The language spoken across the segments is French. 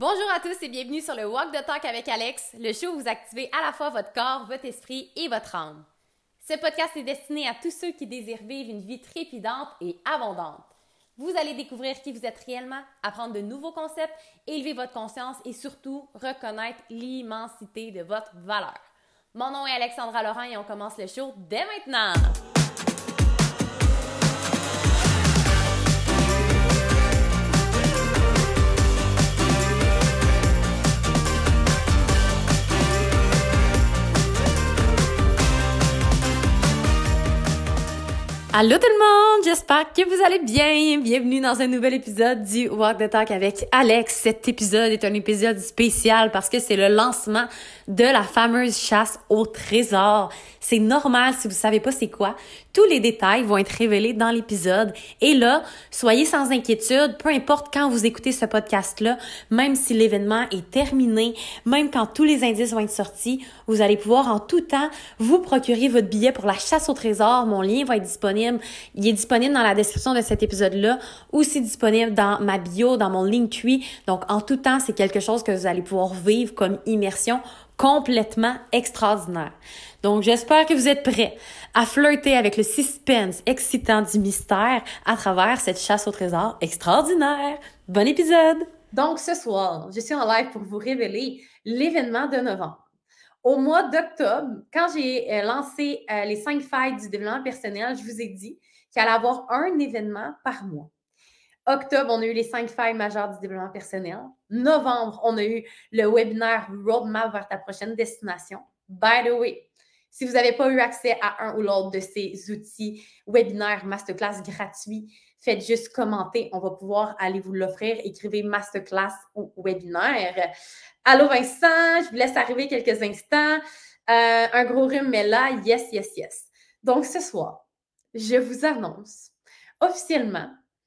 Bonjour à tous et bienvenue sur le Walk the Talk avec Alex, le show où vous activez à la fois votre corps, votre esprit et votre âme. Ce podcast est destiné à tous ceux qui désirent vivre une vie trépidante et abondante. Vous allez découvrir qui vous êtes réellement, apprendre de nouveaux concepts, élever votre conscience et surtout reconnaître l'immensité de votre valeur. Mon nom est Alexandra Laurent et on commence le show dès maintenant! Allô tout le monde, j'espère que vous allez bien. Bienvenue dans un nouvel épisode du Walk the Talk avec Alex. Cet épisode est un épisode spécial parce que c'est le lancement de la fameuse chasse au trésor. C'est normal si vous savez pas c'est quoi. Tous les détails vont être révélés dans l'épisode. Et là, soyez sans inquiétude, peu importe quand vous écoutez ce podcast-là, même si l'événement est terminé, même quand tous les indices vont être sortis, vous allez pouvoir en tout temps vous procurer votre billet pour la chasse au trésor. Mon lien va être disponible. Il est disponible dans la description de cet épisode-là, aussi disponible dans ma bio, dans mon Linktree. Donc, en tout temps, c'est quelque chose que vous allez pouvoir vivre comme immersion complètement extraordinaire. Donc, j'espère que vous êtes prêts à flirter avec le suspense excitant du mystère à travers cette chasse au trésor extraordinaire. Bon épisode! Donc, ce soir, je suis en live pour vous révéler l'événement de novembre. Au mois d'octobre, quand j'ai lancé les 5 failles du développement personnel, je vous ai dit qu'il allait y avoir un événement par mois. Octobre, on a eu les 5 failles majeures du développement personnel. Novembre, on a eu le webinaire Roadmap vers ta prochaine destination. By the way, si vous n'avez pas eu accès à un ou l'autre de ces outils webinaires, masterclass gratuits, faites juste commenter. On va pouvoir aller vous l'offrir. Écrivez masterclass ou webinaire. Allô Vincent, je vous laisse arriver quelques instants. Un gros rhume, mais là, yes, yes, yes. Donc, ce soir, je vous annonce officiellement,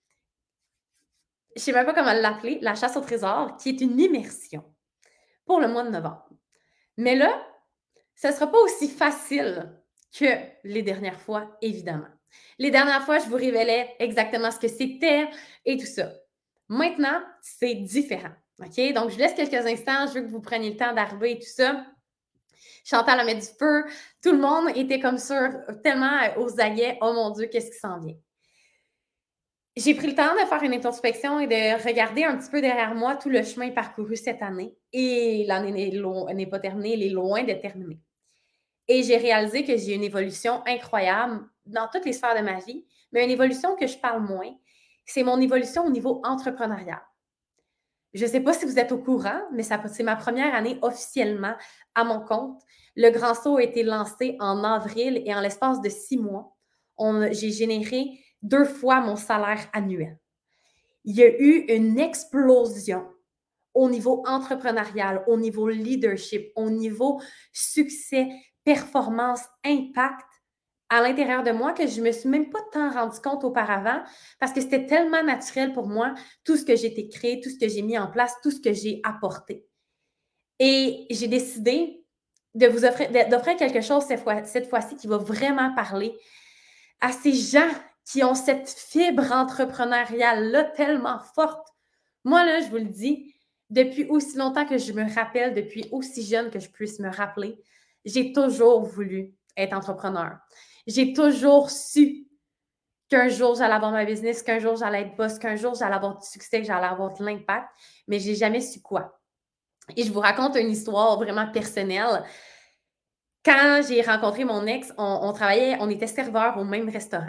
je ne sais même pas comment l'appeler, la chasse au trésor, qui est une immersion pour le mois de novembre. Mais là, ce ne sera pas aussi facile que les dernières fois, évidemment. Les dernières fois, je vous révélais exactement ce que c'était et tout ça. Maintenant, c'est différent. OK? Donc, je vous laisse quelques instants. Je veux que vous preniez le temps d'arriver et tout ça. Chantal a mis du feu. Tout le monde était comme ça, tellement aux aguets. Oh mon Dieu, qu'est-ce qui s'en vient? J'ai pris le temps de faire une introspection et de regarder un petit peu derrière moi tout le chemin parcouru cette année. Et l'année n'est pas terminée, elle est loin d'être terminée. Et j'ai réalisé que j'ai une évolution incroyable dans toutes les sphères de ma vie, mais une évolution que je parle moins, c'est mon évolution au niveau entrepreneurial. Je ne sais pas si vous êtes au courant, mais c'est ma première année officiellement à mon compte. Le Grand Saut a été lancé en avril et en l'espace de 6 mois, j'ai généré 2 fois mon salaire annuel. Il y a eu une explosion au niveau entrepreneurial, au niveau leadership, au niveau succès, performance, impact à l'intérieur de moi que je ne me suis même pas tant rendu compte auparavant parce que c'était tellement naturel pour moi, tout ce que j'ai été créé, tout ce que j'ai mis en place, tout ce que j'ai apporté. Et j'ai décidé d'offrir quelque chose cette fois-ci qui va vraiment parler à ces gens qui ont cette fibre entrepreneuriale-là tellement forte. Moi, là, je vous le dis, depuis aussi longtemps que je me rappelle, depuis aussi jeune que je puisse me rappeler, j'ai toujours voulu être entrepreneur. J'ai toujours su qu'un jour, j'allais avoir ma business, qu'un jour, j'allais être boss, qu'un jour, j'allais avoir du succès, que j'allais avoir de l'impact, mais je n'ai jamais su quoi. Et je vous raconte une histoire vraiment personnelle. Quand j'ai rencontré mon ex, on était serveurs au même restaurant.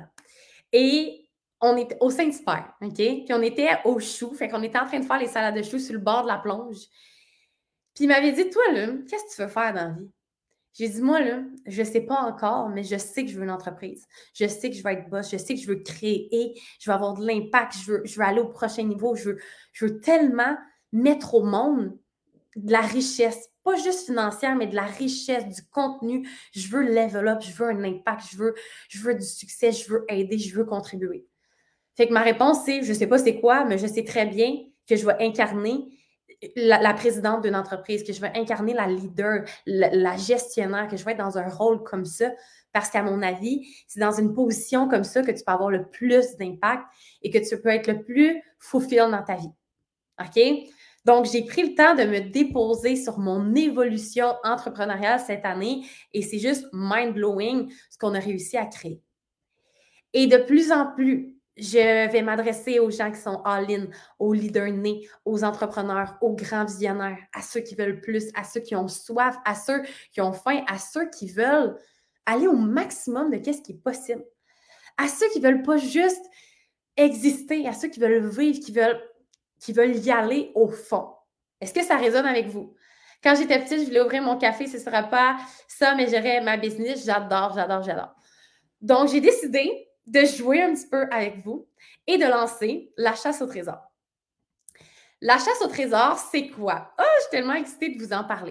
Et on était au Saint-Hubert, OK? Puis on était aux choux, fait qu'on était en train de faire les salades de choux sur le bord de la plonge. Puis il m'avait dit, toi, là, qu'est-ce que tu veux faire dans la vie? J'ai dit, moi, là, je ne sais pas encore, mais je sais que je veux une entreprise. Je sais que je vais être boss. Je sais que je veux créer. Je veux avoir de l'impact. Je veux aller au prochain niveau. Je veux tellement mettre au monde de la richesse. Pas juste financière, mais de la richesse, du contenu. Je veux level up. Je veux un impact. Je veux du succès. Je veux aider. Je veux contribuer. Fait que ma réponse, c'est, je ne sais pas c'est quoi, mais je sais très bien que je vais incarner la présidente d'une entreprise, que je vais incarner la leader, la gestionnaire, que je vais être dans un rôle comme ça, parce qu'à mon avis, c'est dans une position comme ça que tu peux avoir le plus d'impact et que tu peux être le plus fulfilled dans ta vie. OK? Donc, j'ai pris le temps de me déposer sur mon évolution entrepreneuriale cette année et c'est juste mind-blowing ce qu'on a réussi à créer. Et de plus en plus, je vais m'adresser aux gens qui sont all-in, aux leaders nés, aux entrepreneurs, aux grands visionnaires, à ceux qui veulent plus, à ceux qui ont soif, à ceux qui ont faim, à ceux qui veulent aller au maximum de ce qui est possible, à ceux qui ne veulent pas juste exister, à ceux qui veulent vivre, qui veulent y aller au fond. Est-ce que ça résonne avec vous? Quand j'étais petite, je voulais ouvrir mon café, ce ne sera pas ça, mais j'aurais ma business. J'adore, j'adore, j'adore. Donc, j'ai décidé de jouer un petit peu avec vous et de lancer la chasse au trésor. La chasse au trésor, c'est quoi? Oh, je suis tellement excitée de vous en parler.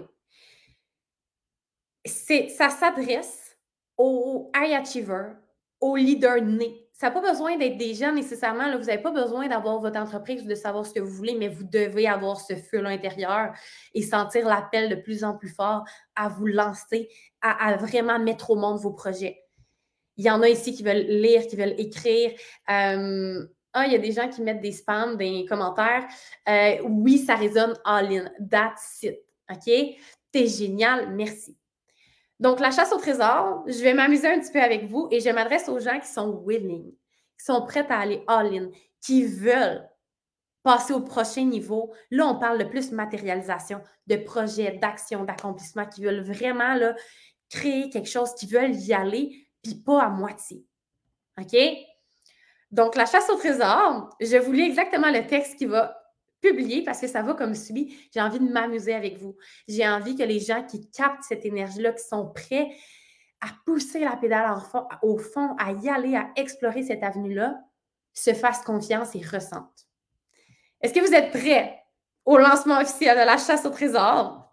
Ça s'adresse aux high achievers, aux leaders nés. Ça n'a pas besoin d'être des gens nécessairement. Là, vous n'avez pas besoin d'avoir votre entreprise ou de savoir ce que vous voulez, mais vous devez avoir ce feu à l'intérieur et sentir l'appel de plus en plus fort à vous lancer, à vraiment mettre au monde vos projets. Il y en a ici qui veulent lire, qui veulent écrire. Il y a des gens qui mettent des spams dans les commentaires. Oui, ça résonne all-in. That's it. OK? T'es génial. Merci. Donc, la chasse au trésor, je vais m'amuser un petit peu avec vous et je m'adresse aux gens qui sont willing, qui sont prêts à aller all-in, qui veulent passer au prochain niveau. Là, on parle de plus matérialisation, de projets, d'actions, d'accomplissements, qui veulent vraiment là, créer quelque chose, qui veulent y aller, puis pas à moitié. OK? Donc, la chasse au trésor, je vous lis exactement le texte qui va publier parce que ça va comme suit. J'ai envie de m'amuser avec vous. J'ai envie que les gens qui captent cette énergie-là, qui sont prêts à pousser la pédale au fond, à y aller, à explorer cette avenue-là, se fassent confiance et ressentent. Est-ce que vous êtes prêts au lancement officiel de la chasse au trésor?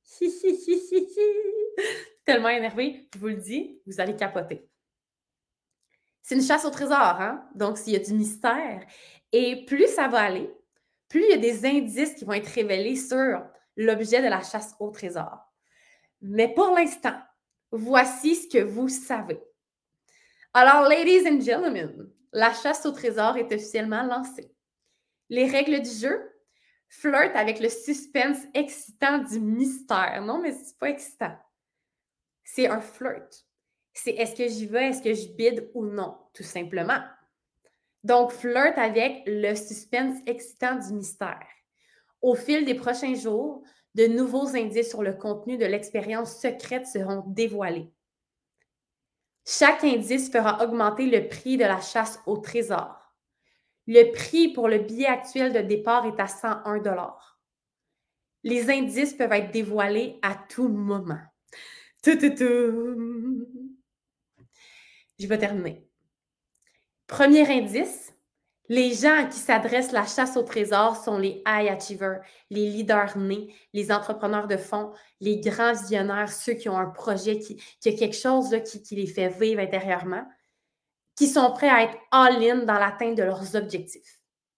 Tellement énervé, je vous le dis, vous allez capoter. C'est une chasse au trésor, hein? Donc, s'il y a du mystère. Et plus ça va aller, plus il y a des indices qui vont être révélés sur l'objet de la chasse au trésor. Mais pour l'instant, voici ce que vous savez. Alors, ladies and gentlemen, la chasse au trésor est officiellement lancée. Les règles du jeu flirtent avec le suspense excitant du mystère. Non, mais c'est pas excitant. C'est un flirt. C'est est-ce que j'y vais, est-ce que je bide ou non, tout simplement. Donc, flirte avec le suspense excitant du mystère. Au fil des prochains jours, de nouveaux indices sur le contenu de l'expérience secrète seront dévoilés. Chaque indice fera augmenter le prix de la chasse au trésor. Le prix pour le billet actuel de départ est à 101 $. Les indices peuvent être dévoilés à tout moment. Je vais terminer. Premier indice, les gens à qui s'adresse la chasse au trésor sont les high achievers, les leaders nés, les entrepreneurs de fond, les grands visionnaires, ceux qui ont un projet, qui a quelque chose là, qui les fait vivre intérieurement, qui sont prêts à être all-in dans l'atteinte de leurs objectifs.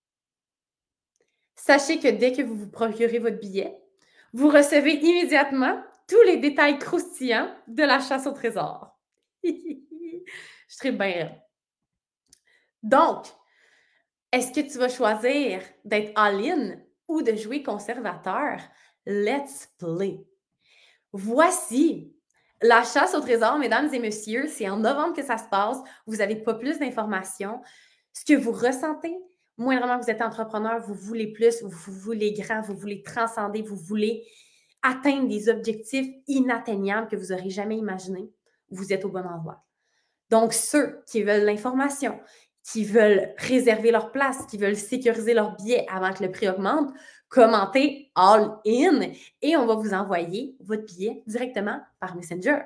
Sachez que dès que vous vous procurez votre billet, vous recevez immédiatement tous les détails croustillants de la chasse au trésor. Je serai bien. Donc, est-ce que tu vas choisir d'être all-in ou de jouer conservateur? Let's play. Voici la chasse au trésor, mesdames et messieurs. C'est en novembre que ça se passe. Vous n'avez pas plus d'informations. Ce que vous ressentez, moindrement que vous êtes entrepreneur, vous voulez plus, vous voulez grand, vous voulez transcender, vous voulez atteindre des objectifs inatteignables que vous n'aurez jamais imaginés, vous êtes au bon endroit. Donc, ceux qui veulent l'information, qui veulent réserver leur place, qui veulent sécuriser leur billet avant que le prix augmente, commentez All In et on va vous envoyer votre billet directement par Messenger.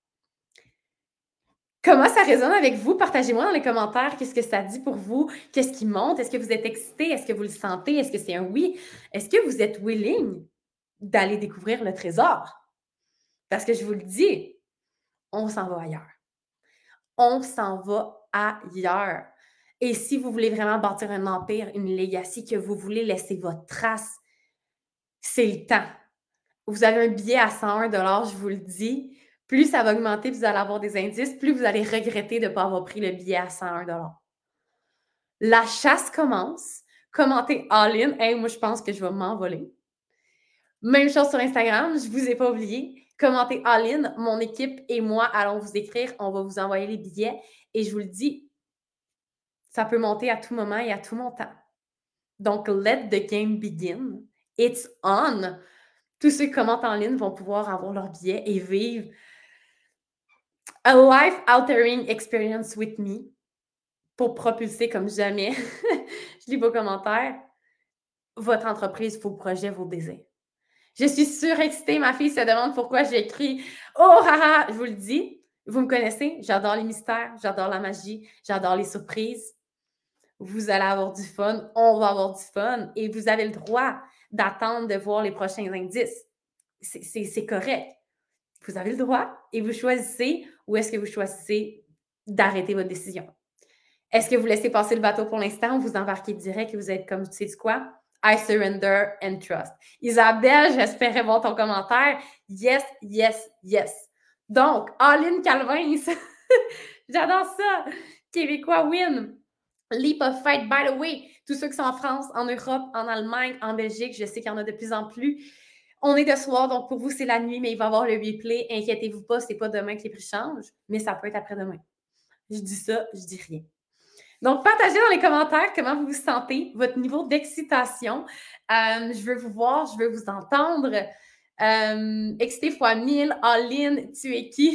Comment ça résonne avec vous? Partagez-moi dans les commentaires qu'est-ce que ça dit pour vous, qu'est-ce qui monte, est-ce que vous êtes excité, est-ce que vous le sentez, est-ce que c'est un oui, est-ce que vous êtes willing d'aller découvrir le trésor? Parce que je vous le dis, on s'en va ailleurs. On s'en va ailleurs. Et si vous voulez vraiment bâtir un empire, une legacy, que vous voulez laisser votre trace, c'est le temps. Vous avez un billet à 101 $, je vous le dis. Plus ça va augmenter, plus vous allez avoir des indices, plus vous allez regretter de ne pas avoir pris le billet à 101 $. La chasse commence. Commentez all-in. Hey, moi, je pense que je vais m'envoler. Même chose sur Instagram, je vous ai pas oublié. Commentez all-in, mon équipe et moi allons vous écrire, on va vous envoyer les billets et je vous le dis, ça peut monter à tout moment et à tout montant. Donc, let the game begin. It's on. Tous ceux qui commentent en ligne vont pouvoir avoir leur billet et vivre a life-altering experience with me pour propulser comme jamais. Je lis vos commentaires. Votre entreprise, vos projets, vos désirs. Je suis surexcitée. Ma fille se demande pourquoi j'écris « Oh, haha! » Je vous le dis, vous me connaissez, j'adore les mystères, j'adore la magie, j'adore les surprises. Vous allez avoir du fun, on va avoir du fun et vous avez le droit d'attendre de voir les prochains indices. C'est correct. Vous avez le droit et vous choisissez ou est-ce que vous choisissez d'arrêter votre décision. Est-ce que vous laissez passer le bateau pour l'instant ou vous embarquez direct et vous êtes comme, tu sais quoi? I surrender and trust. Isabelle, j'espérais voir ton commentaire. Yes, yes, yes. Donc, Aline Calvin, j'adore ça. Québécois win. Leap of Faith, by the way. Tous ceux qui sont en France, en Europe, en Allemagne, en Belgique, je sais qu'il y en a de plus en plus. On est de soir, donc pour vous, c'est la nuit, mais il va y avoir le replay. Inquiétez-vous pas, c'est pas demain que les prix changent, mais ça peut être après-demain. Je dis ça, je dis rien. Donc, partagez dans les commentaires comment vous vous sentez, votre niveau d'excitation. Je veux vous voir, je veux vous entendre. Excité fois 1000, all-in, tu es qui?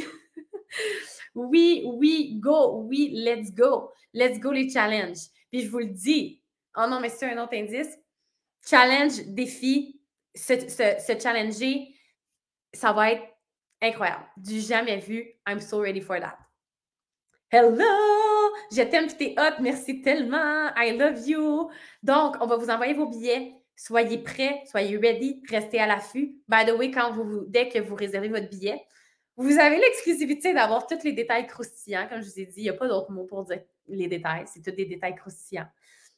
Oui, oui, go, oui, let's go. Let's go les challenges. Puis je vous le dis, oh non, mais c'est un autre indice. Challenge, défi, se challenger, ça va être incroyable. Du jamais vu. I'm so ready for that. Hello! Je t'aime, t'es hot. Merci tellement. I love you. Donc, on va vous envoyer vos billets. Soyez prêts, soyez ready, restez à l'affût. By the way, dès que vous réservez votre billet, vous avez l'exclusivité d'avoir tous les détails croustillants. Comme je vous ai dit, il n'y a pas d'autre mot pour dire les détails. C'est tous des détails croustillants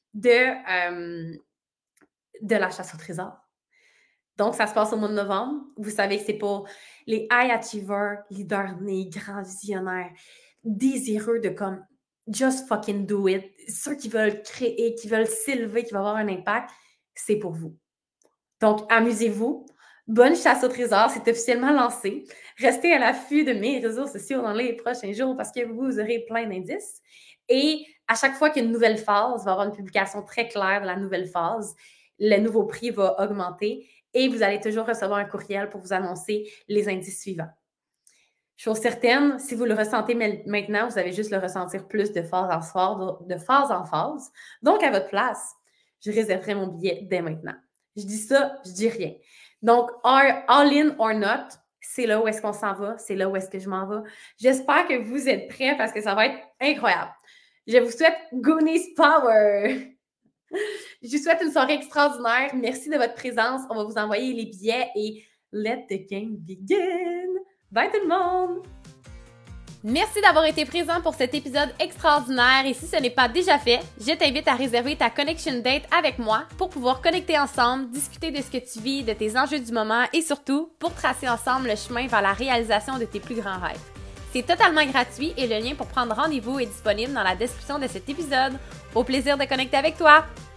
de la chasse au trésor. Donc, ça se passe au mois de novembre. Vous savez que c'est pour les high achievers, leaders nés, grands visionnaires, désireux de comme just fucking do it. Ceux qui veulent créer, qui veulent s'élever, qui veulent avoir un impact, c'est pour vous. Donc, amusez-vous. Bonne chasse au trésor, c'est officiellement lancé. Restez à l'affût de mes réseaux sociaux dans les prochains jours parce que vous aurez plein d'indices. Et à chaque fois qu'il y a une nouvelle phase, il va y avoir une publication très claire de la nouvelle phase. Le nouveau prix va augmenter et vous allez toujours recevoir un courriel pour vous annoncer les indices suivants. Chose certaine, si vous le ressentez maintenant, vous allez juste le ressentir plus de phase en phase. Donc, à votre place, je réserverai mon billet dès maintenant. Je dis ça, je dis rien. Donc, all in or not, c'est là où est-ce qu'on s'en va, c'est là où est-ce que je m'en vais. J'espère que vous êtes prêts parce que ça va être incroyable. Je vous souhaite Goonies Power! Je vous souhaite une soirée extraordinaire. Merci de votre présence. On va vous envoyer les billets et let the game begin! Bye tout le monde! Merci d'avoir été présent pour cet épisode extraordinaire et si ce n'est pas déjà fait, je t'invite à réserver ta connection date avec moi pour pouvoir connecter ensemble, discuter de ce que tu vis, de tes enjeux du moment et surtout pour tracer ensemble le chemin vers la réalisation de tes plus grands rêves. C'est totalement gratuit et le lien pour prendre rendez-vous est disponible dans la description de cet épisode. Au plaisir de connecter avec toi!